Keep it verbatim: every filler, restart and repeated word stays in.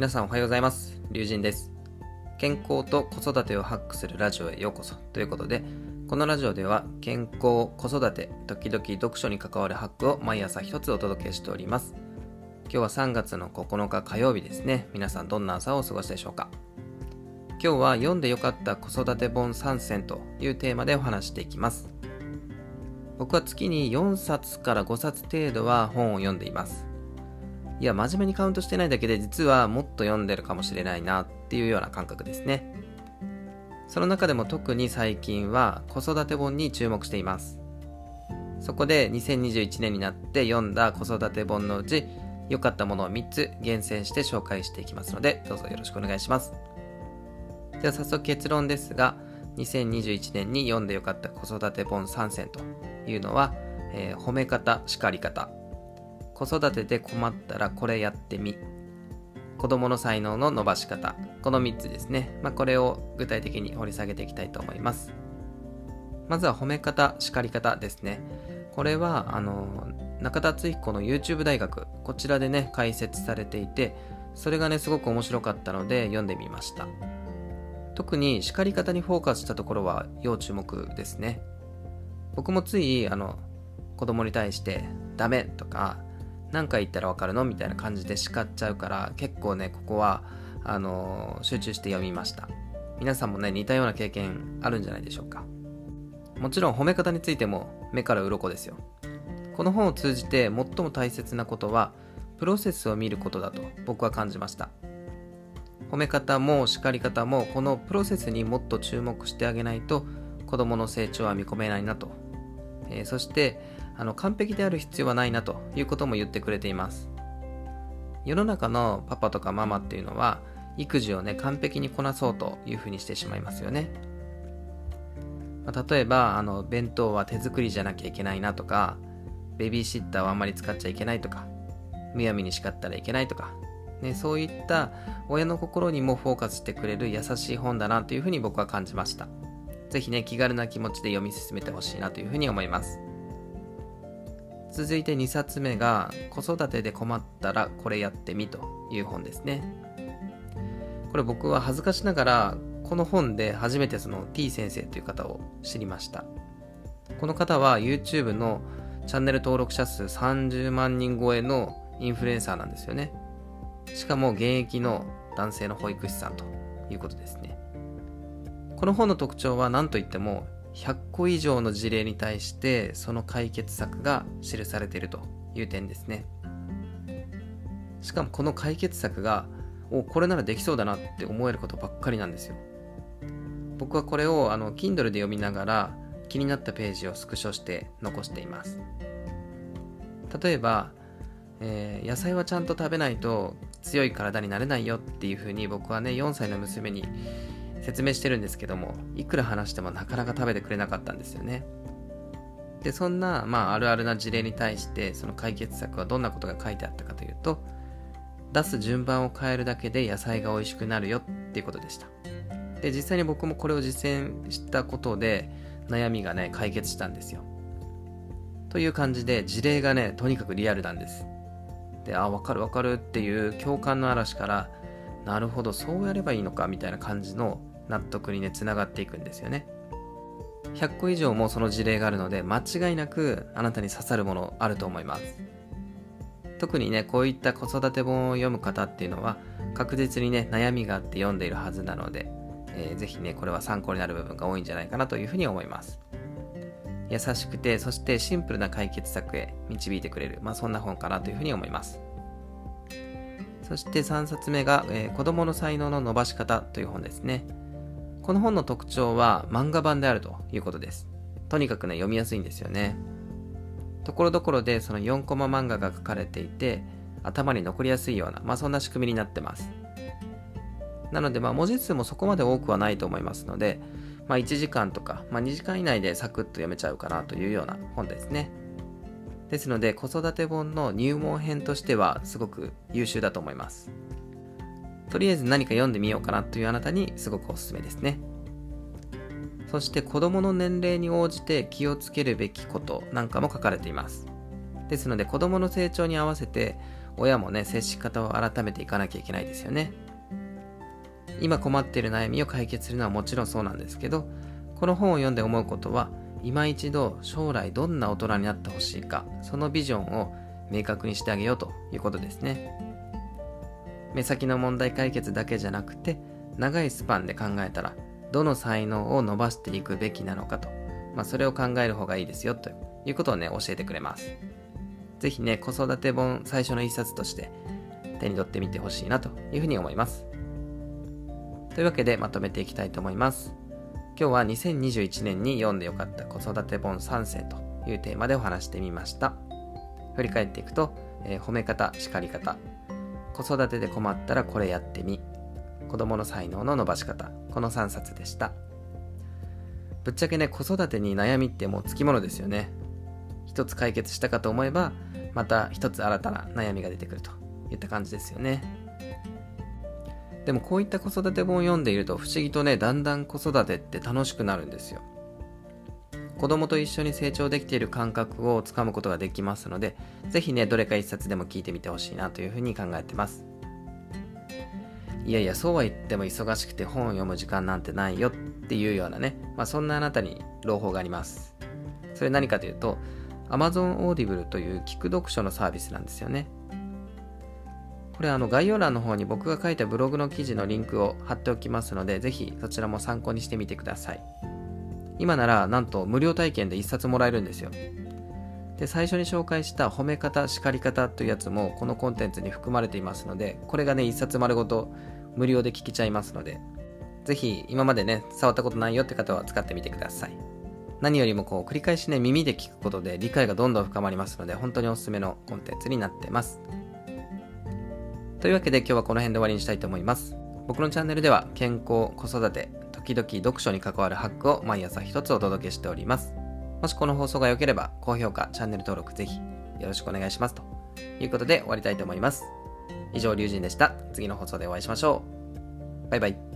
皆さんおはようございます。龍神です。健康と子育てをハックするラジオへようこそということで、このラジオでは健康、子育て、時々読書に関わるハックを毎朝一つお届けしております。今日はさんがつのここのか火曜日ですね。皆さんどんな朝をお過ごしでしょうか。今日は読んでよかった子育て本さんせんというテーマでお話していきます。僕は月によんさつからごさつ程度は本を読んでいます。いや、真面目にカウントしてないだけで実はもっと読んでるかもしれないなっていうような感覚ですね。その中でも特に最近は子育て本に注目しています。そこでにせんにじゅういちねんになって読んだ子育て本のうち良かったものをみっつ厳選して紹介していきますので、どうぞよろしくお願いします。では早速結論ですが、にせんにじゅういちねんに読んで良かった子育て本さんせんというのは、えー、褒め方、叱り方、子育てで困ったらこれやってみ、子供の才能の伸ばし方、このみっつですね。まあ、これを具体的に掘り下げていきたいと思います。まずは褒め方、叱り方ですね。これはあの中田敦彦の YouTube 大学、こちらでね解説されていて、それがねすごく面白かったので読んでみました。特に叱り方にフォーカスしたところは要注目ですね。僕もついあの子供に対してダメとか何回言ったらわかるのみたいな感じで叱っちゃうから、結構ねここはあの集中して読みました。皆さんもね似たような経験あるんじゃないでしょうか。もちろん褒め方についても目から鱗ですよ。この本を通じて最も大切なことはプロセスを見ることだと僕は感じました。褒め方も叱り方もこのプロセスにもっと注目してあげないと子供の成長は見込めないなと、えー、そしてあの完璧である必要はないなということも言ってくれています。世の中のパパとかママっていうのは育児をね完璧にこなそうというふうにしてしまいますよね。まあ、例えばあの弁当は手作りじゃなきゃいけないなとか、ベビーシッターはあんまり使っちゃいけないとか、むやみに叱ったらいけないとか、ね、そういった親の心にもフォーカスしてくれる優しい本だなというふうに僕は感じました。ぜひね気軽な気持ちで読み進めてほしいなというふうに思います。続いてにさつめが子育てで困ったらこれやってみという本ですね。これ僕は恥ずかしながらこの本で初めてその T 先生という方を知りました。この方は YouTube のチャンネル登録者数さんじゅうまんにん超えのインフルエンサーなんですよね。しかも現役の男性の保育士さんということですね。この本の特徴は何といってもひゃっこ以上の事例に対してその解決策が記されているという点ですね。しかもこの解決策がおこれならできそうだなって思えることばっかりなんですよ。僕はこれをあの Kindle で読みながら気になったページをスクショして残しています。例えば、えー、野菜はちゃんと食べないと強い体になれないよっていうふうに僕はねよんさいの娘に説明してるんですけども、いくら話してもなかなか食べてくれなかったんですよね。でそんな、まあ、あるあるな事例に対してその解決策はどんなことが書いてあったかというと、出す順番を変えるだけで野菜が美味しくなるよっていうことでした。で実際に僕もこれを実践したことで悩みがね解決したんですよ。という感じで事例がねとにかくリアルなんです。であ分かる分かるっていう共感の嵐から、なるほどそうやればいいのかみたいな感じの納得にねつながっていくんですよね。ひゃっこ以上もその事例があるので間違いなくあなたに刺さるものあると思います。特にねこういった子育て本を読む方っていうのは確実にね悩みがあって読んでいるはずなので、えー、ぜひねこれは参考になる部分が多いんじゃないかなというふうに思います。優しくてそしてシンプルな解決策へ導いてくれる、まあそんな本かなというふうに思います。そしてさんさつめが、えー、子供の才能の伸ばし方という本ですね。この本の特徴は漫画版であるということです。とにかくね読みやすいんですよね。ところどころでそのよんコマ漫画が書かれていて頭に残りやすいような、まあそんな仕組みになってます。なのでまあ文字数もそこまで多くはないと思いますので、まあいちじかんとか、まあ、にじかん以内でサクッと読めちゃうかなというような本ですね。ですので子育て本の入門編としてはすごく優秀だと思います。とりあえず何か読んでみようかなというあなたにすごくおすすめですね。そして子供の年齢に応じて気をつけるべきことなんかも書かれています。ですので子供の成長に合わせて親もね、接し方を改めていかなきゃいけないですよね。今困っている悩みを解決するのはもちろんそうなんですけど、この本を読んで思うことは、今一度将来どんな大人になってほしいか、そのビジョンを明確にしてあげようということですね。目先の問題解決だけじゃなくて、長いスパンで考えたら、どの才能を伸ばしていくべきなのかと、まあ、それを考える方がいいですよということをね、教えてくれます。ぜひね、子育て本最初の一冊として手に取ってみてほしいなというふうに思います。というわけでまとめていきたいと思います。今日はにせんにじゅういちねんに読んでよかった子育て本さんせいというテーマでお話してみました。振り返っていくと、えー、褒め方、叱り方、子育てで困ったらこれやってみ、子供の才能の伸ばし方、このさんさつでした。ぶっちゃけね、子育てに悩みってもうつきものですよね。一つ解決したかと思えば、また一つ新たな悩みが出てくるといった感じですよね。でもこういった子育て本を読んでいると不思議とね、だんだん子育てって楽しくなるんですよ。子供と一緒に成長できている感覚をつかむことができますので、ぜひね、どれか一冊でも聞いてみてほしいなというふうに考えてます。いやいや、そうは言っても忙しくて本を読む時間なんてないよっていうようなね、まあ、そんなあなたに朗報があります。それ何かというと、Amazon Audible という聞く読書のサービスなんですよね。これあの概要欄の方に僕が書いたブログの記事のリンクを貼っておきますので、ぜひそちらも参考にしてみてください。今ならなんと無料体験で一冊もらえるんですよ。で、最初に紹介した褒め方、叱り方というやつもこのコンテンツに含まれていますので、これがね、一冊丸ごと無料で聞けちゃいますので、ぜひ今までね、触ったことないよって方は使ってみてください。何よりもこう繰り返しね、耳で聞くことで理解がどんどん深まりますので、本当におすすめのコンテンツになっています。というわけで今日はこの辺で終わりにしたいと思います。僕のチャンネルでは健康、子育て、時々読書に関わるハックを毎朝一つお届けしております。もしこの放送が良ければ高評価、チャンネル登録ぜひよろしくお願いしますということで終わりたいと思います。以上、龍神でした。次の放送でお会いしましょう。バイバイ。